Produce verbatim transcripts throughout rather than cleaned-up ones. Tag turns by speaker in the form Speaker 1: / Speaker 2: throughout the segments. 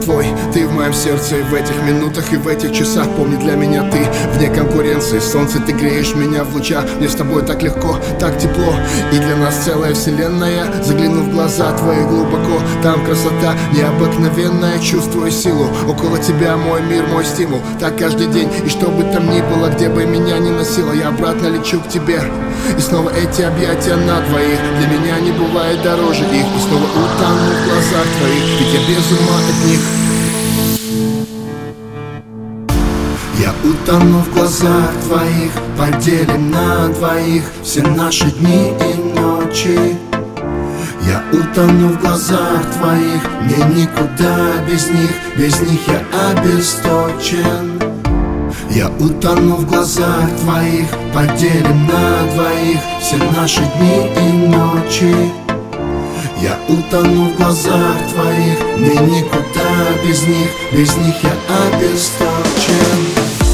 Speaker 1: твой. Ты в моем сердце, и в этих минутах, и в этих часах. Помни, для меня ты вне конкуренции. Солнце, ты греешь меня в лучах. Мне с тобой так легко, так тепло. И для нас целая вселенная. Загляну в глаза твои глубоко, там красота необыкновенная. Чувствую силу, около тебя мой мир, мой стимул. Так каждый день, и что бы там ни было, где бы меня ни носило, я обратно лечу к тебе. И снова эти объятия на двоих, для меня не бывает дороже их. И снова утону в глазах твоих, ведь я без ума от них. Я утону в глазах твоих, поделим на двоих все наши дни и ночи. Я утону в глазах твоих, мне никуда без них, без них я обесточен. Я утону в глазах твоих, поделим на двоих все наши дни и ночи. Я утону в глазах твоих, мне никуда без них, без них я обесточен.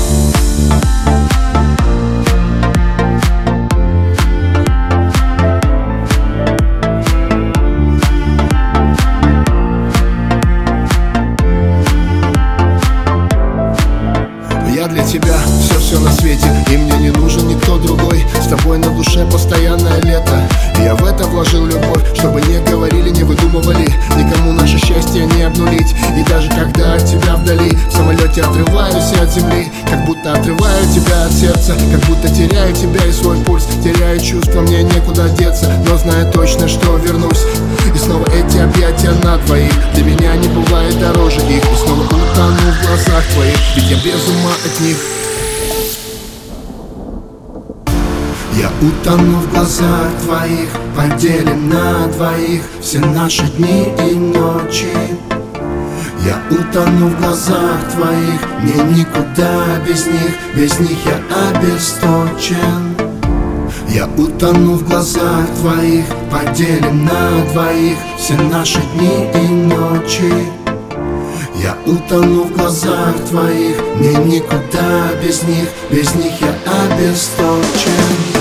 Speaker 1: Я для тебя все-все на свете, и мне не нужен никто другой. С тобой на душе постоянное лето. Я в это вложил любовь, чтобы не говорили, не выдумывали, никому наше счастье не обнулить. И даже когда от тебя вдали, в самолете отрываюсь от земли, как будто отрываю тебя от сердца, как будто теряю тебя и свой пульс. Теряю чувства, мне некуда деться, но знаю точно, что вернусь. И снова эти объятия на двоих, для меня не бывает дороже их. И снова утону в глазах твоих, ведь я без ума от них. Я утону в глазах твоих, поделим на двоих все наши дни и ночи. Я утону в глазах твоих, мне никуда без них, без них я обесточен. Я утону в глазах твоих, поделим на двоих все наши дни и ночи. Я утону в глазах твоих, мне никуда без них, без них я обесточен.